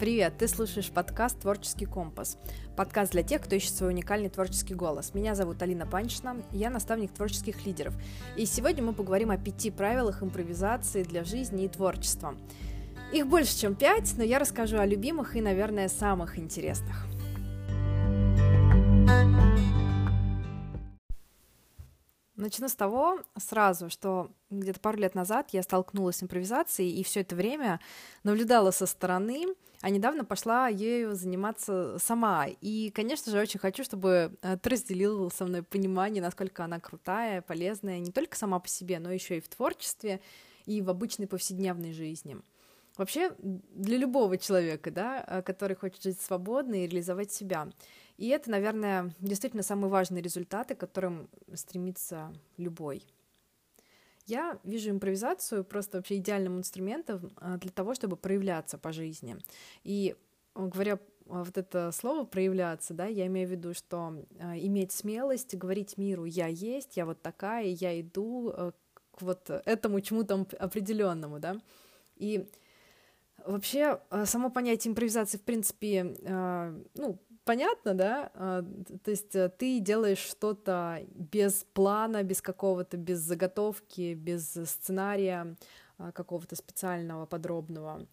Привет, ты слушаешь подкаст «Творческий компас». Подкаст для тех, кто ищет свой уникальный творческий голос. Меня зовут Алина Панчина, я наставник творческих лидеров. И сегодня мы поговорим о 5 правилах импровизации для жизни и творчества. Их больше, чем 5, но я расскажу о любимых и, наверное, самых интересных. Начну с того сразу, что где-то пару лет назад я столкнулась с импровизацией и все это время наблюдала со стороны, а недавно пошла ею заниматься сама. И, конечно же, очень хочу, чтобы ты разделил со мной понимание, насколько она крутая, полезная, не только сама по себе, но еще и в творчестве, и в обычной повседневной жизни. Вообще, для любого человека, да, который хочет жить свободно и реализовать себя. И это, наверное, действительно самые важные результаты, к которым стремится любой. Я вижу импровизацию просто вообще идеальным инструментом для того, чтобы проявляться по жизни. И говоря вот это слово «проявляться», да, я имею в виду, что иметь смелость говорить миру «я есть, я вот такая, я иду к вот этому чему-то определенному», да. И вообще само понятие импровизации, в принципе, понятно, да, то есть ты делаешь что-то без плана, без какого-то, без заготовки, без сценария какого-то специального, подробного,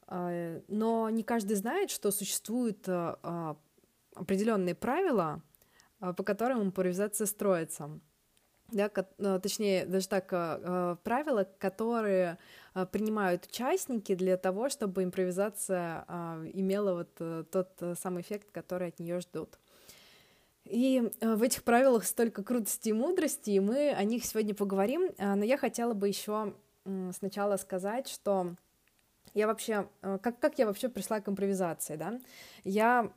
но не каждый знает, что существуют определенные правила, по которым импровизация строится. Да, точнее, даже так, правила, которые принимают участники для того, чтобы импровизация имела вот тот самый эффект, который от нее ждут. И в этих правилах столько крутости и мудрости, и мы о них сегодня поговорим, но я хотела бы еще сначала сказать, что я вообще, как я вообще пришла к импровизации, да? Я,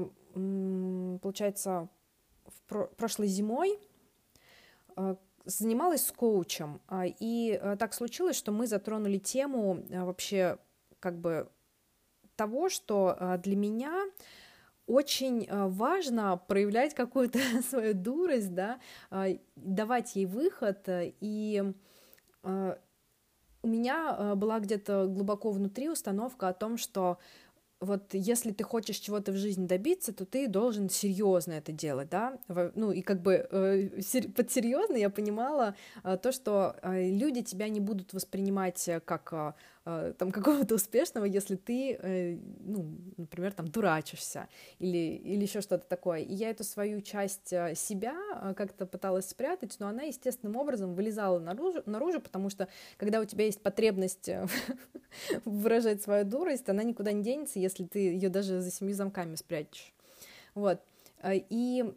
получается, прошлой зимой занималась с коучем, и так случилось, что мы затронули тему вообще как бы того, что для меня очень важно проявлять какую-то свою дурость, да, давать ей выход, и у меня была где-то глубоко внутри установка о том, что вот если ты хочешь чего-то в жизни добиться, то ты должен серьезно это делать, да, ну и как бы под серьезно я понимала то, что люди тебя не будут воспринимать как там какого-то успешного, если ты, например, там дурачишься или еще что-то такое. И я эту свою часть себя как-то пыталась спрятать, но она естественным образом вылезала наружу, потому что когда у тебя есть потребность выражать свою дурость, она никуда не денется, если ты ее даже за 7 замками спрячешь. Вот. И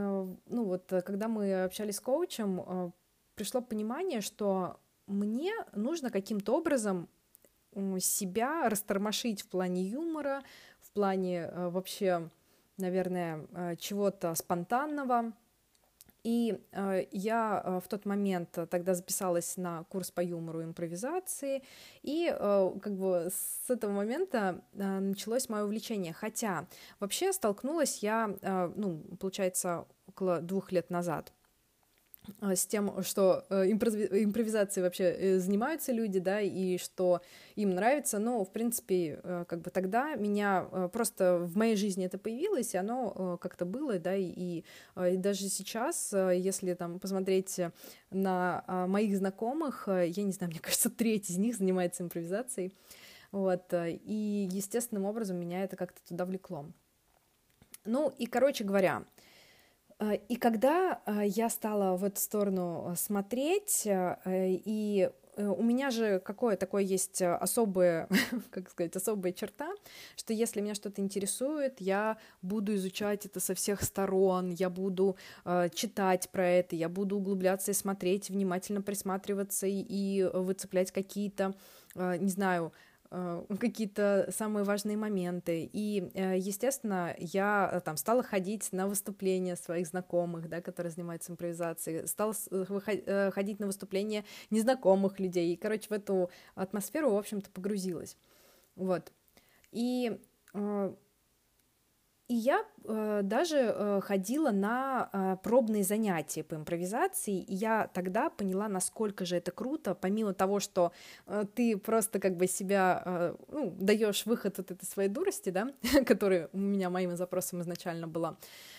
когда мы общались с коучем, пришло понимание, что мне нужно каким-то образом себя растормошить в плане юмора, в плане вообще, наверное, чего-то спонтанного. И я в тот момент тогда записалась на курс по юмору и импровизации, и как бы с этого момента началось мое увлечение. Хотя вообще столкнулась я, получается, около 2 лет назад с тем, что импровизацией вообще занимаются люди, да, и что им нравится, но, в принципе, как бы тогда меня просто в моей жизни это появилось, и оно как-то было, да, и даже сейчас, если там посмотреть на моих знакомых, я не знаю, мне кажется, треть из них занимается импровизацией, вот, и естественным образом меня это как-то туда влекло. Ну, и, короче говоря, и когда я стала в эту сторону смотреть, и у меня же какое такое есть особое, как сказать, особая черта, что если меня что-то интересует, я буду изучать это со всех сторон, я буду читать про это, я буду углубляться и смотреть, внимательно присматриваться и выцеплять какие-то, не знаю, какие-то самые важные моменты. И, естественно, я там стала ходить на выступления своих знакомых, да, которые занимаются импровизацией, стала ходить на выступления незнакомых людей. И, короче, в эту атмосферу, в общем-то, погрузилась. Вот. И И я даже ходила на пробные занятия по импровизации, и я тогда поняла, насколько же это круто, помимо того, что ты просто как бы себя, ну, даешь выход от этой своей дурости, да, которая у меня моим запросом изначально была,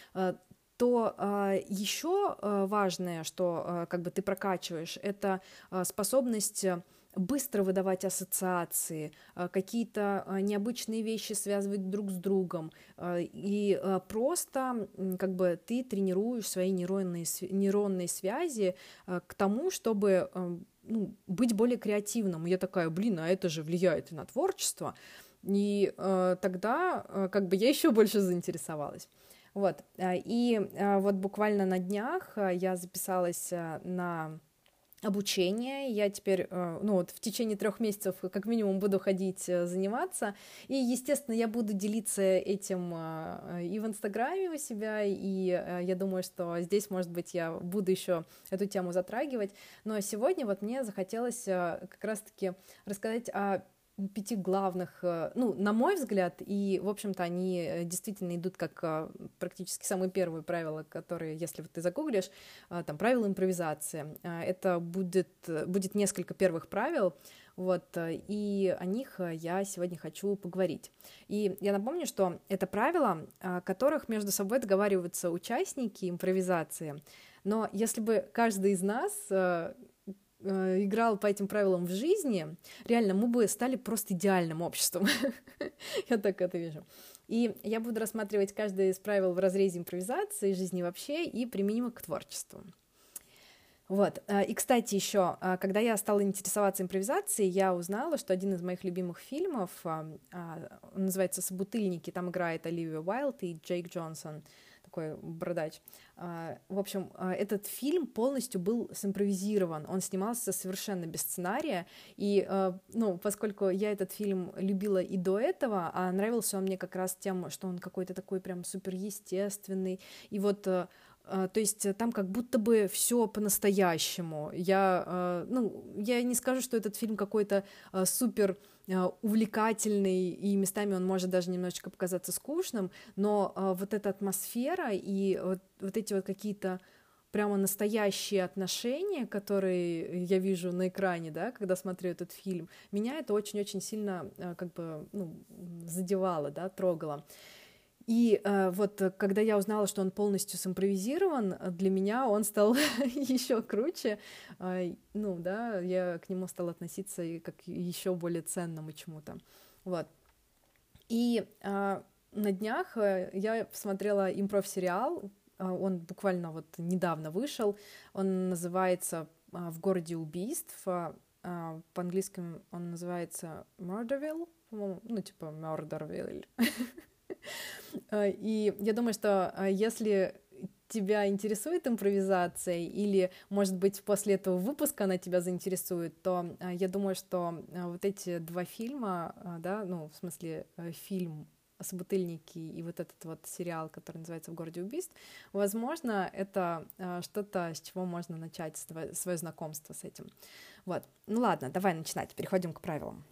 то еще важное, что как бы ты прокачиваешь, это способность быстро выдавать ассоциации, какие-то необычные вещи связывать друг с другом, и просто как бы ты тренируешь свои нейронные связи к тому, чтобы ну, быть более креативным. Я такая, блин, а это же влияет и на творчество. И тогда как бы я еще больше заинтересовалась. Вот. И вот буквально на днях я записалась на обучение. Я теперь, ну вот в течение 3 месяцев как минимум буду ходить заниматься. И, естественно, я буду делиться этим и в Инстаграме у себя, и я думаю, что здесь, может быть, я буду еще эту тему затрагивать. Но сегодня вот мне захотелось как раз-таки рассказать о 5 главных, ну, на мой взгляд, и, в общем-то, они действительно идут как практически самые первые правила, которые, если вот ты загуглишь, там, правила импровизации, это будет несколько первых правил, вот, и о них я сегодня хочу поговорить. И я напомню, что это правила, о которых между собой договариваются участники импровизации, но если бы каждый из нас играл по этим правилам в жизни, реально мы бы стали просто идеальным обществом. Я так это вижу. И я буду рассматривать каждое из правил в разрезе импровизации, жизни вообще и применимо к творчеству. Вот. И, кстати, еще, когда я стала интересоваться импровизацией, я узнала, что один из моих любимых фильмов, он называется «Собутыльники», там играет Оливия Уайлд и Джейк Джонсон, такой бородач. В общем, этот фильм полностью был симпровизирован, он снимался совершенно без сценария, и, ну, поскольку я этот фильм любила и до этого, а нравился он мне как раз тем, что он какой-то такой прям суперестественный, и вот то есть там как будто бы все по-настоящему. Ну, я не скажу, что этот фильм какой-то супер увлекательный, и местами он может даже немножечко показаться скучным, но вот эта атмосфера и вот эти вот какие-то прямо настоящие отношения, которые я вижу на экране, да, когда смотрю этот фильм, меня это очень-очень сильно как бы, ну, задевало, да, трогало. И вот когда я узнала, что он полностью симпровизирован, для меня он стал еще круче. Ну, да, я к нему стала относиться и как еще более ценному чему-то. Вот. И на днях я посмотрела импров-сериал, он буквально вот недавно вышел, он называется «В городе убийств», по-английски он называется «Murderville», по-моему, ну, типа «Murderville». И я думаю, что если тебя интересует импровизация, или, может быть, после этого выпуска она тебя заинтересует, то я думаю, что вот эти 2 фильма, да, ну, в смысле, фильм «Собутыльники» и вот этот вот сериал, который называется «В городе убийств», возможно, это что-то, с чего можно начать свое знакомство с этим. Вот. Ну ладно, давай начинать, переходим к правилам.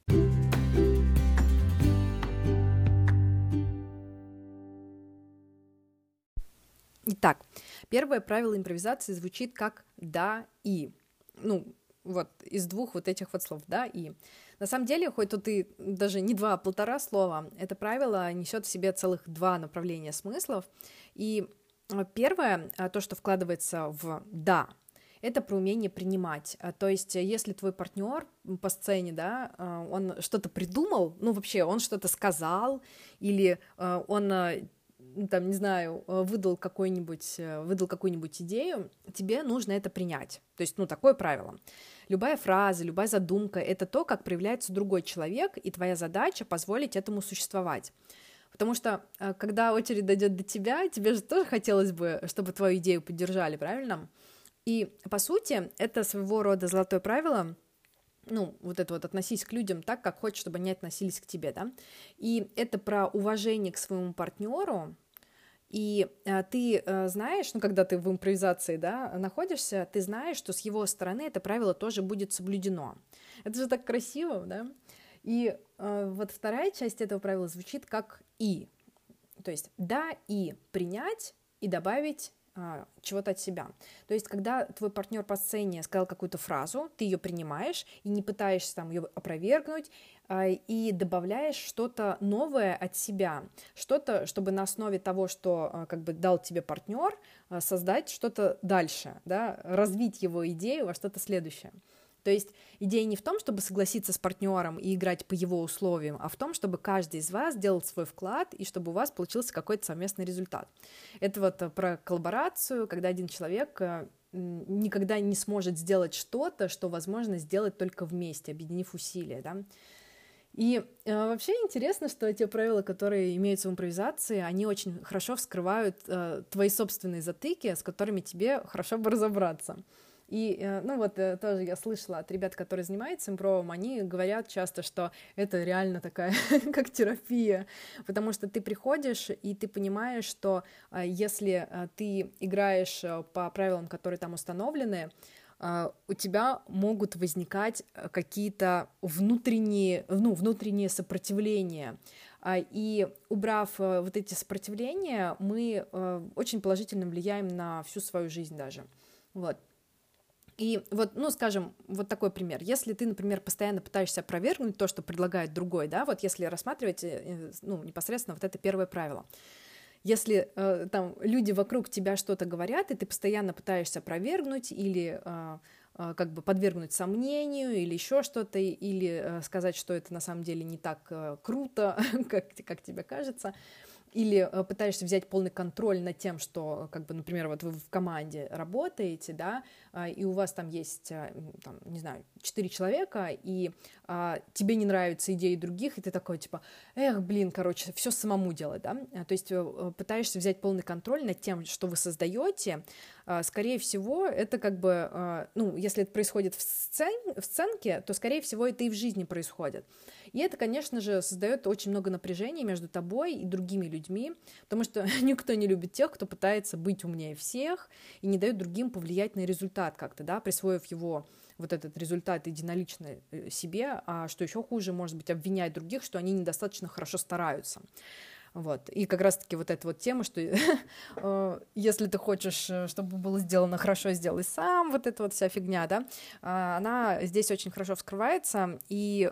Итак, первое правило импровизации звучит как «да» и. Ну, вот из 2 вот этих вот слов «да» и. На самом деле, хоть тут и даже не 2, а 1,5 слова, это правило несет в себе целых 2 направления смыслов. И первое, то, что вкладывается в «да», это про умение принимать. То есть, если твой партнер по сцене, да, он что-то придумал, ну, вообще, он что-то сказал, или он там, не знаю, выдал какую-нибудь идею, тебе нужно это принять. То есть, ну, такое правило. Любая фраза, любая задумка — это то, как проявляется другой человек, и твоя задача — позволить этому существовать. Потому что, когда очередь дойдет до тебя, тебе же тоже хотелось бы, чтобы твою идею поддержали, правильно? И, по сути, это своего рода золотое правило, ну, вот это вот относись к людям так, как хочешь, чтобы они относились к тебе, да? И это про уважение к своему партнеру. И ты знаешь, ну, когда ты в импровизации, да, находишься, ты знаешь, что с его стороны это правило тоже будет соблюдено. Это же так красиво, да? И вот вторая часть этого правила звучит как «и». То есть да и принять, и добавить чего-то от себя. То есть, когда твой партнер по сцене сказал какую-то фразу, ты ее принимаешь и не пытаешься там ее опровергнуть, и добавляешь что-то новое от себя, что-то, чтобы на основе того, что как бы дал тебе партнер, создать что-то дальше, да, развить его идею во что-то следующее. То есть идея не в том, чтобы согласиться с партнером и играть по его условиям, а в том, чтобы каждый из вас сделал свой вклад и чтобы у вас получился какой-то совместный результат. Это вот про коллаборацию, когда один человек никогда не сможет сделать что-то, что возможно сделать только вместе, объединив усилия, да. И вообще интересно, что те правила, которые имеются в импровизации, они очень хорошо вскрывают твои собственные затыки, с которыми тебе хорошо бы разобраться. И, ну вот, тоже я слышала от ребят, которые занимаются импровом, они говорят часто, что это реально такая, как терапия, потому что ты приходишь, и ты понимаешь, что если ты играешь по правилам, которые там установлены, у тебя могут возникать какие-то внутренние сопротивления. И убрав вот эти сопротивления, мы очень положительно влияем на всю свою жизнь даже. Вот. И вот, ну, скажем, вот такой пример. Если ты, например, постоянно пытаешься опровергнуть то, что предлагает другой, да, вот если рассматривать, ну, непосредственно вот это первое правило. Если там люди вокруг тебя что-то говорят, и ты постоянно пытаешься опровергнуть или как бы подвергнуть сомнению или еще что-то, или сказать, что это на самом деле не так круто, как тебе кажется, или пытаешься взять полный контроль над тем, что, как бы, например, вот вы в команде работаете, да, и у вас там есть, там, не знаю, 4 человека, и тебе не нравятся идеи других, и ты такой, типа, блин, короче, все самому делать, да, то есть пытаешься взять полный контроль над тем, что вы создаете, скорее всего, это как бы, ну, если это происходит в сценке, то, скорее всего, это и в жизни происходит. И это, конечно же, создает очень много напряжения между тобой и другими людьми, потому что никто не любит тех, кто пытается быть умнее всех и не дает другим повлиять на результат как-то, да, присвоив его, вот этот результат единолично себе, а что еще хуже, может быть, обвинять других, что они недостаточно хорошо стараются. Вот. И как раз-таки вот эта вот тема, что если ты хочешь, чтобы было сделано хорошо, сделай сам, вот эта вот вся фигня, да, она здесь очень хорошо вскрывается, и,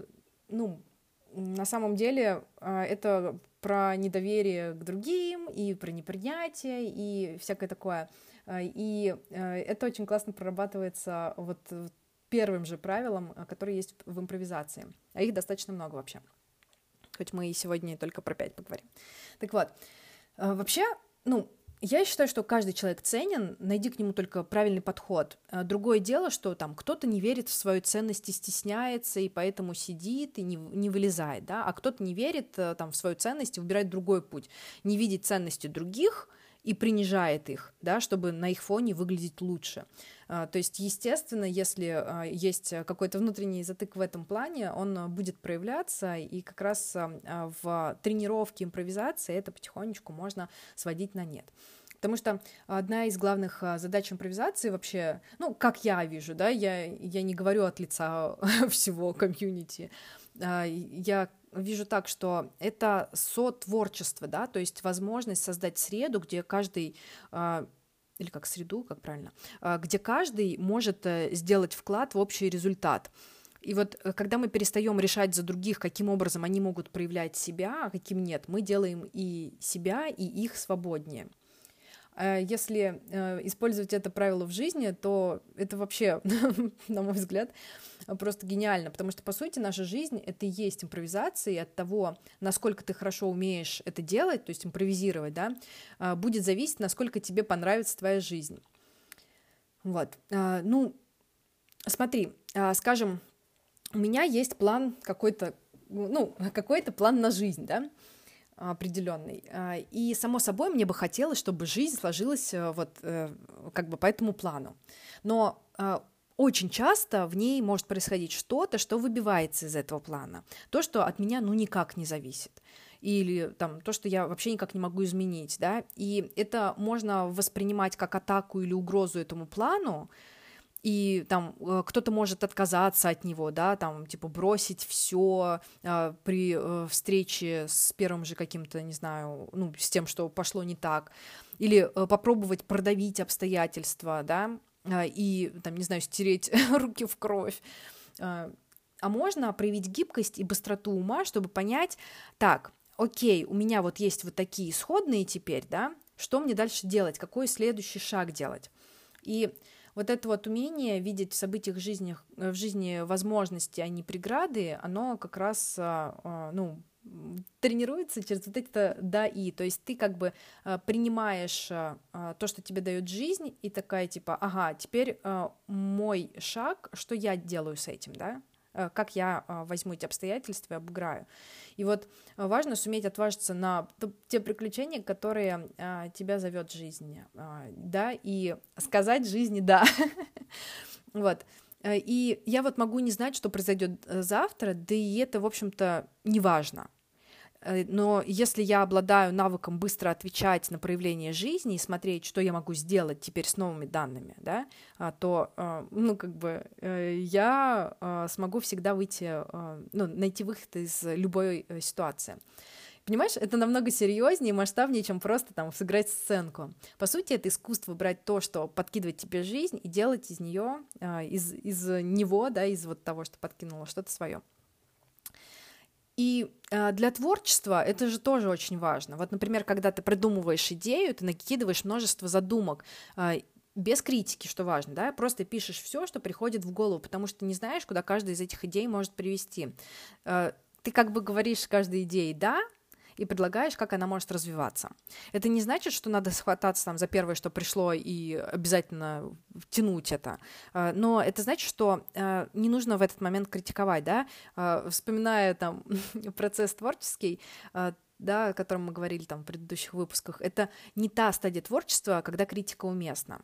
ну, на самом деле это про недоверие к другим, и про непринятие, и всякое такое. И это очень классно прорабатывается вот первым же правилом, которое есть в импровизации. А их достаточно много вообще. Хоть мы и сегодня только про 5 поговорим. Так вот, вообще, ну, я считаю, что каждый человек ценен, найди к нему только правильный подход. Другое дело, что там кто-то не верит в свою ценность и стесняется, и поэтому сидит и не вылезает, да, а кто-то не верит там, в свою ценность и выбирает другой путь, не видит ценности других и принижает их, да, чтобы на их фоне выглядеть лучше. То есть, естественно, если есть какой-то внутренний затык в этом плане, он будет проявляться, и как раз в тренировке импровизации это потихонечку можно сводить на нет. Потому что одна из главных задач импровизации вообще, ну, как я вижу, да, я не говорю от лица всего комьюнити, я вижу так, что это сотворчество, да, то есть возможность создать среду, где каждый, или как среду, как правильно, где каждый может сделать вклад в общий результат. И вот когда мы перестаем решать за других, каким образом они могут проявлять себя, а каким нет, мы делаем и себя, и их свободнее. Если использовать это правило в жизни, то это вообще, на мой взгляд, просто гениально, потому что, по сути, наша жизнь — это и есть импровизация, и от того, насколько ты хорошо умеешь это делать, то есть импровизировать, да, будет зависеть, насколько тебе понравится твоя жизнь. Вот. Ну, смотри, скажем, у меня есть план какой-то план на жизнь, да, определенный. И, само собой, мне бы хотелось, чтобы жизнь сложилась вот как бы по этому плану. Но очень часто в ней может происходить что-то, что выбивается из этого плана. То, что от меня, ну, никак не зависит. Или там, то, что я вообще никак не могу изменить, да. И это можно воспринимать как атаку или угрозу этому плану, и там кто-то может отказаться от него, да, там, типа, бросить все при встрече с первым же каким-то, не знаю, ну, с тем, что пошло не так, или попробовать продавить обстоятельства, да, и, там, не знаю, стереть руки в кровь. А можно проявить гибкость и быстроту ума, чтобы понять, так, окей, у меня вот есть вот такие исходные теперь, да, что мне дальше делать, какой следующий шаг делать. И вот это вот умение видеть в событиях в жизни возможности, а не преграды, оно как раз, ну, тренируется через вот это «да» и. То есть ты как бы принимаешь то, что тебе дает жизнь, и такая типа, ага, теперь мой шаг, что я делаю с этим, да? Как я возьму эти обстоятельства и обыграю. И вот важно суметь отважиться на те приключения, которые тебя зовет жизнь, да, и сказать жизни «да». Вот. И я вот могу не знать, что произойдет завтра, да и это, в общем-то, не важно. Но если я обладаю навыком быстро отвечать на проявление жизни и смотреть, что я могу сделать теперь с новыми данными, да, то, ну, как бы, я смогу всегда выйти, ну, найти выход из любой ситуации. Понимаешь, это намного серьезнее и масштабнее, чем просто там сыграть сценку. По сути, это искусство брать то, что подкидывает тебе жизнь, и делать из нее, из него, да, из вот того, что подкинуло, что-то свое. И для творчества это же тоже очень важно. Вот, например, когда ты придумываешь идею, ты накидываешь множество задумок, без критики, что важно, да, просто пишешь все, что приходит в голову, потому что не знаешь, куда каждая из этих идей может привести. Ты как бы говоришь каждой идее «да», и предлагаешь, как она может развиваться. Это не значит, что надо схвататься там за первое, что пришло, и обязательно тянуть это. Но это значит, что не нужно в этот момент критиковать, да, вспоминая там процесс творческий, да, о котором мы говорили там в предыдущих выпусках, это не та стадия творчества, когда критика уместна.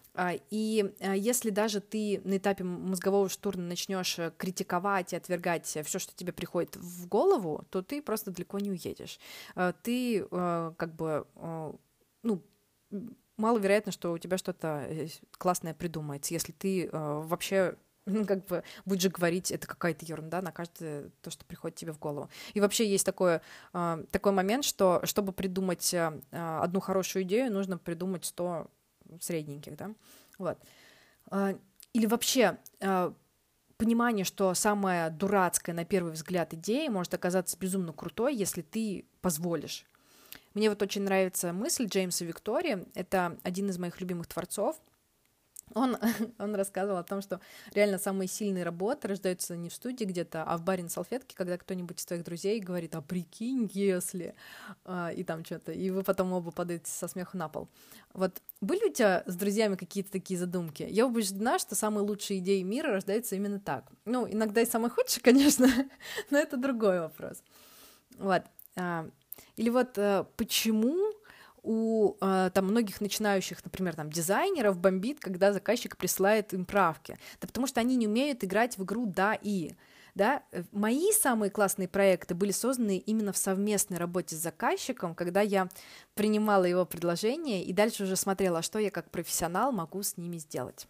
И если даже ты на этапе мозгового штурма начнешь критиковать и отвергать все, что тебе приходит в голову, то ты просто далеко не уедешь. Ты как бы, ну, маловероятно, что у тебя что-то классное придумается, если ты вообще как бы будешь же говорить, это какая-то ерунда на каждое то, что приходит тебе в голову. И вообще есть такой момент, что чтобы придумать одну хорошую идею, нужно придумать 100 средненьких, да, вот. Или вообще понимание, что самая дурацкая на первый взгляд идея может оказаться безумно крутой, если ты позволишь. Мне вот очень нравится мысль Джеймса Виктори, это один из моих любимых творцов. Он рассказывал о том, что реально самые сильные работы рождаются не в студии где-то, а в баре на салфетке, когда кто-нибудь из твоих друзей говорит, а прикинь, если... и там что-то, и вы потом оба падаете со смеху на пол. Вот были у тебя с друзьями какие-то такие задумки? Я убеждена, что самые лучшие идеи мира рождаются именно так. Ну, иногда и самые худшие, конечно, но это другой вопрос. Вот. Или вот почему... у там, многих начинающих, например, там, дизайнеров бомбит, когда заказчик присылает им правки. Да потому что они не умеют играть в игру «да» и. Да? Мои самые классные проекты были созданы именно в совместной работе с заказчиком, когда я принимала его предложение и дальше уже смотрела, что я как профессионал могу с ними сделать.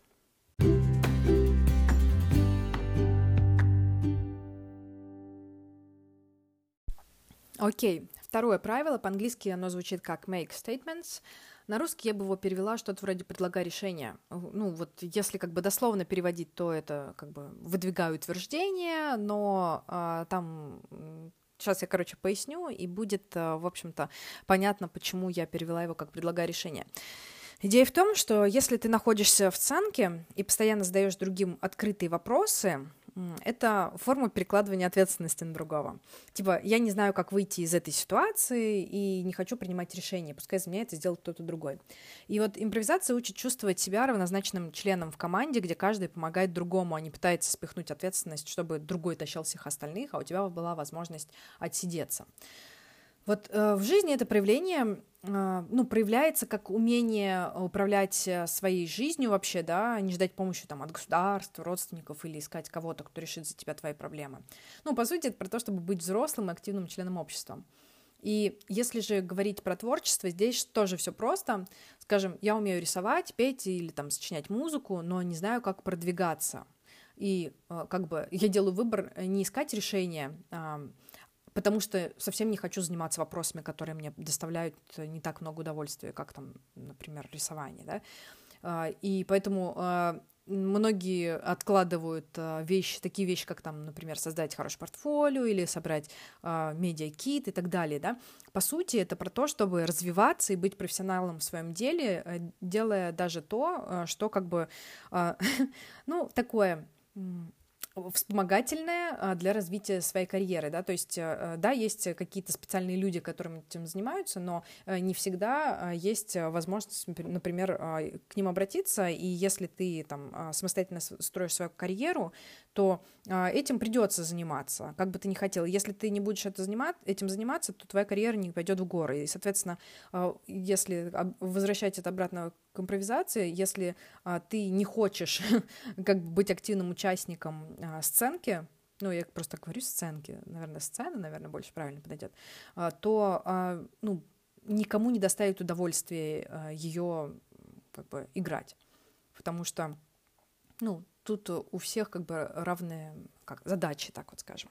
Окей, второе правило, по-английски оно звучит как make statements, на русский я бы его перевела что-то вроде «предлагай решение». Ну вот если как бы дословно переводить, то это как бы «выдвигаю утверждение», но там... Сейчас я, короче, поясню, и будет, в общем-то, понятно, почему я перевела его как «предлагай решение». Идея в том, что если ты находишься в цанке и постоянно задаешь другим открытые вопросы, это форма перекладывания ответственности на другого. Типа, я не знаю, как выйти из этой ситуации и не хочу принимать решения, пускай за меня это сделает кто-то другой. И вот импровизация учит чувствовать себя равнозначным членом в команде, где каждый помогает другому, а не пытается спихнуть ответственность, чтобы другой тащил всех остальных, а у тебя была возможность отсидеться. Вот в жизни это проявление, проявляется как умение управлять своей жизнью вообще, да, не ждать помощи там, от государства, родственников или искать кого-то, кто решит за тебя твои проблемы. Ну, по сути, это про то, чтобы быть взрослым и активным членом общества. И если же говорить про творчество, здесь тоже все просто. Скажем, я умею рисовать, петь или там сочинять музыку, но не знаю, как продвигаться. И как бы я делаю выбор не искать решения, потому что совсем не хочу заниматься вопросами, которые мне доставляют не так много удовольствия, как там, например, рисование, да. И поэтому многие откладывают такие вещи, как там, например, создать хорошее портфолио или собрать медиакит и так далее, да. По сути, это про то, чтобы развиваться и быть профессионалом в своем деле, делая даже то, что как бы, ну, такое вспомогательное для развития своей карьеры, да, то есть, да, есть какие-то специальные люди, которые этим занимаются, но не всегда есть возможность, например, к ним обратиться, и если ты там самостоятельно строишь свою карьеру, то этим придется заниматься, как бы ты ни хотел. Если ты не будешь этим заниматься, то твоя карьера не пойдет в горы, и, соответственно, если возвращать это обратно к импровизации, если ты не хочешь как бы быть активным участником сценки, ну, я просто говорю сценки, наверное, сцена, наверное, больше правильно подойдет, то, ну, никому не доставит удовольствия ее как бы играть, потому что, ну, тут у всех как бы равные задачи, так вот скажем.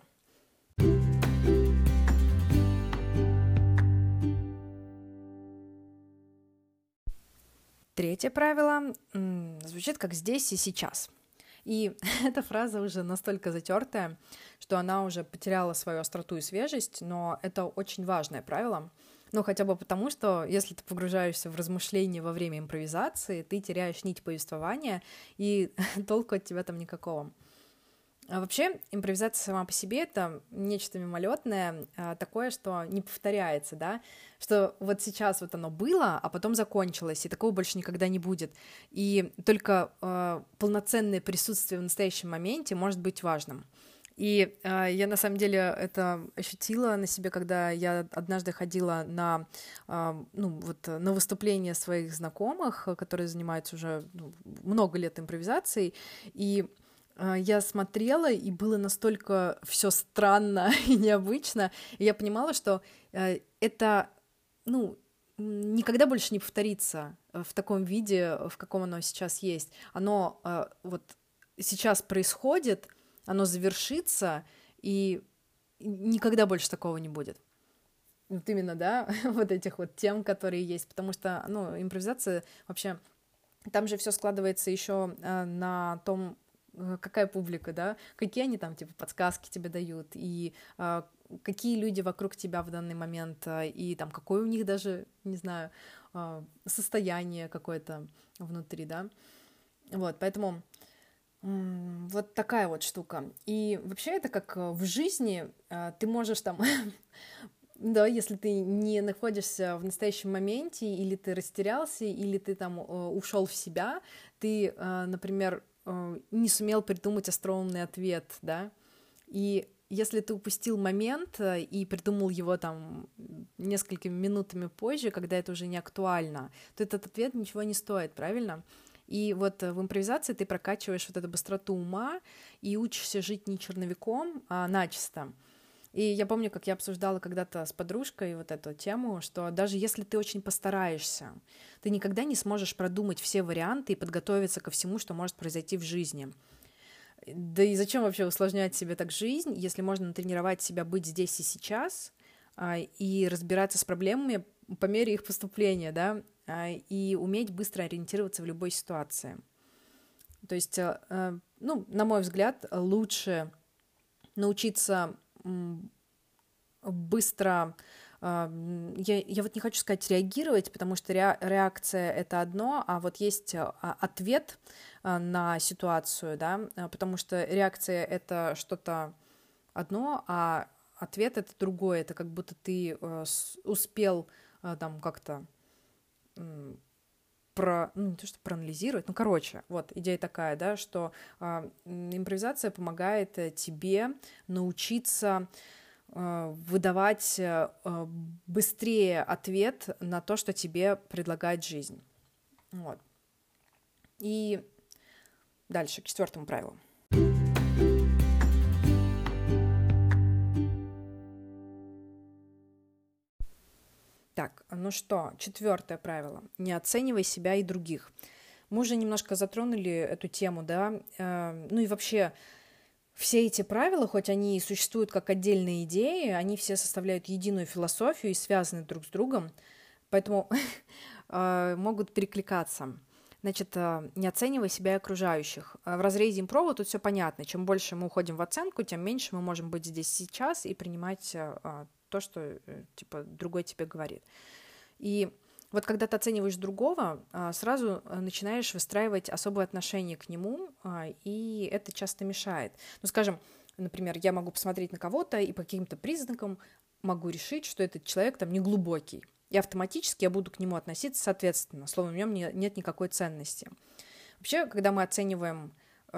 Третье правило звучит как «здесь и сейчас». И эта фраза уже настолько затертая, что она уже потеряла свою остроту и свежесть, но это очень важное правило. Ну, хотя бы потому, что если ты погружаешься в размышления во время импровизации, ты теряешь нить повествования, и толку от тебя там никакого. А вообще, импровизация сама по себе — это нечто мимолетное, такое, что не повторяется, да, что вот сейчас вот оно было, а потом закончилось, и такого больше никогда не будет. И только полноценное присутствие в настоящем моменте может быть важным. И я, на самом деле, это ощутила на себе, когда я однажды ходила на выступление своих знакомых, которые занимаются уже много лет импровизацией, и я смотрела, и было настолько все странно и необычно, и я понимала, что это, никогда больше не повторится в таком виде, в каком оно сейчас есть. Оно вот сейчас происходит, оно завершится, и никогда больше такого не будет. Вот именно, да, вот этих вот тем, которые есть, потому что, импровизация вообще, там же все складывается еще на том, какая публика, да, какие они там, типа, подсказки тебе дают, и какие люди вокруг тебя в данный момент, и там, какое у них даже, не знаю, состояние какое-то внутри, да, вот, поэтому вот такая вот штука. И вообще это как в жизни, ты можешь там, да, если ты не находишься в настоящем моменте, или ты растерялся, или ты там ушел в себя, ты, например, не сумел придумать остроумный ответ, да, и если ты упустил момент и придумал его там несколькими минутами позже, когда это уже не актуально, то этот ответ ничего не стоит, правильно? И вот в импровизации ты прокачиваешь вот эту быстроту ума и учишься жить не черновиком, а начисто. И я помню, как я обсуждала когда-то с подружкой вот эту тему, что даже если ты очень постараешься, ты никогда не сможешь продумать все варианты и подготовиться ко всему, что может произойти в жизни. Да и зачем вообще усложнять себе так жизнь, если можно натренировать себя быть здесь и сейчас и разбираться с проблемами по мере их поступления, да, и уметь быстро ориентироваться в любой ситуации. То есть, на мой взгляд, лучше научиться быстро, я вот не хочу сказать реагировать, потому что реакция — это одно, а вот есть ответ на ситуацию, да, потому что реакция — это что-то одно, а ответ — это другое, это как будто ты успел там как-то не то что проанализировать, вот идея такая, да, что импровизация помогает тебе научиться выдавать быстрее ответ на то, что тебе предлагает жизнь. Вот. И дальше, к 4 правилу. Ну что, 4 правило. Не оценивай себя и других. Мы уже немножко затронули эту тему, да. Ну и вообще, все эти правила, хоть они и существуют как отдельные идеи, они все составляют единую философию и связаны друг с другом, поэтому могут перекликаться. Значит, не оценивай себя и окружающих. В разрезе импрова тут все понятно. Чем больше мы уходим в оценку, тем меньше мы можем быть здесь сейчас и принимать то, что типа другой тебе говорит. И вот когда ты оцениваешь другого, сразу начинаешь выстраивать особое отношение к нему, и это часто мешает. Ну, скажем, например, я могу посмотреть на кого-то и по каким-то признакам могу решить, что этот человек там неглубокий. И автоматически я буду к нему относиться соответственно, словно в нем нет никакой ценности. Вообще, когда мы оцениваем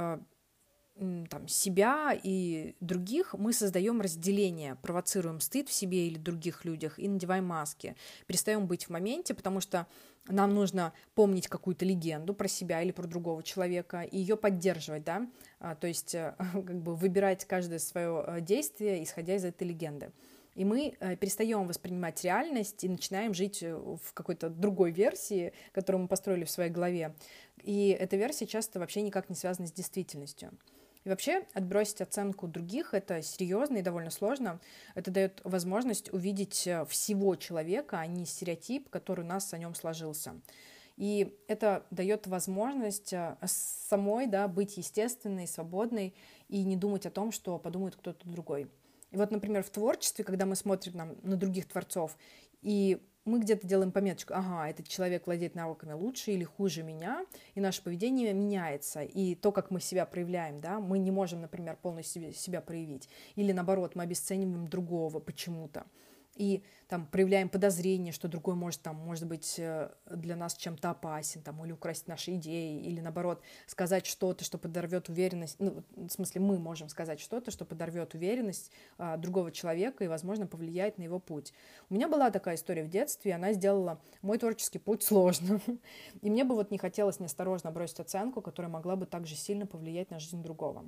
себя и других, мы создаем разделение, провоцируем стыд в себе или других людях и надеваем маски. Перестаем быть в моменте, потому что нам нужно помнить какую-то легенду про себя или про другого человека и ее поддерживать, да, то есть как бы выбирать каждое свое действие, исходя из этой легенды. И мы перестаем воспринимать реальность и начинаем жить в какой-то другой версии, которую мы построили в своей голове. И эта версия часто вообще никак не связана с действительностью. И вообще отбросить оценку других — это серьезно и довольно сложно. Это дает возможность увидеть всего человека, а не стереотип, который у нас о нем сложился. И это дает возможность самой, да, быть естественной, свободной и не думать о том, что подумает кто-то другой. И вот, например, в творчестве, когда мы смотрим на других творцов, и мы где-то делаем пометочку, ага, этот человек владеет навыками лучше или хуже меня, и наше поведение меняется, и то, как мы себя проявляем, да, мы не можем, например, полностью себя проявить, или наоборот, мы обесцениваем другого почему-то, и там проявляем подозрение, что другой может быть для нас чем-то опасен, там, или украсть наши идеи, или наоборот сказать что-то, что подорвет уверенность, ну, в смысле мы можем сказать что-то, что подорвет уверенность другого человека и, возможно, повлияет на его путь. У меня была такая история в детстве, и она сделала мой творческий путь сложным. И мне бы вот не хотелось неосторожно бросить оценку, которая могла бы также сильно повлиять на жизнь другого.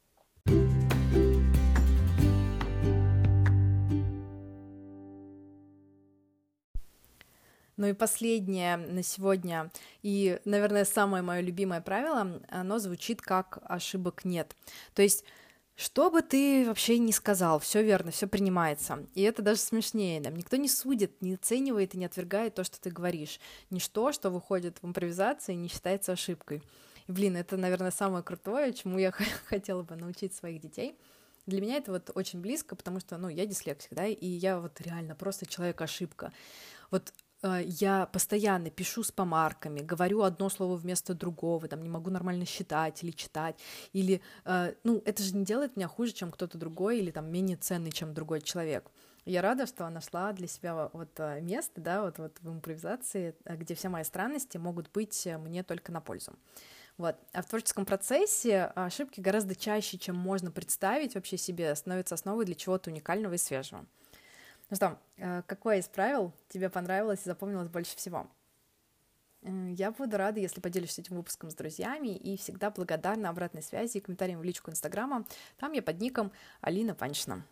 Ну и последнее на сегодня, и, наверное, самое мое любимое правило, оно звучит как «ошибок нет». То есть, что бы ты вообще ни сказал, все верно, все принимается. И это даже смешнее. Да? Никто не судит, не оценивает и не отвергает то, что ты говоришь. Ничто, что выходит в импровизации, не считается ошибкой. И, это, наверное, самое крутое, чему я хотела бы научить своих детей. Для меня это вот очень близко, потому что, я дислексик, да, и я вот реально просто человек-ошибка. Вот я постоянно пишу с помарками, говорю одно слово вместо другого, там не могу нормально считать или читать, или, это же не делает меня хуже, чем кто-то другой, или там менее ценный, чем другой человек. Я рада, что нашла для себя вот место, да, вот в импровизации, где все мои странности могут быть мне только на пользу. Вот. А в творческом процессе ошибки гораздо чаще, чем можно представить вообще себе, становятся основой для чего-то уникального и свежего. Ну что, какое из правил тебе понравилось и запомнилось больше всего? Я буду рада, если поделишься этим выпуском с друзьями, и всегда благодарна обратной связи и комментариям в личку Инстаграма. Там я под ником Алина Панчина.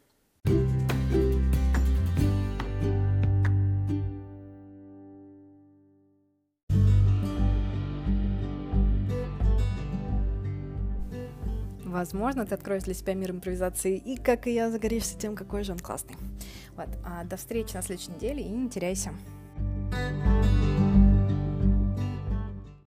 Возможно, ты откроешь для себя мир импровизации и, как и я, загоришься тем, какой же он классный. Вот, до встречи на следующей неделе и не теряйся.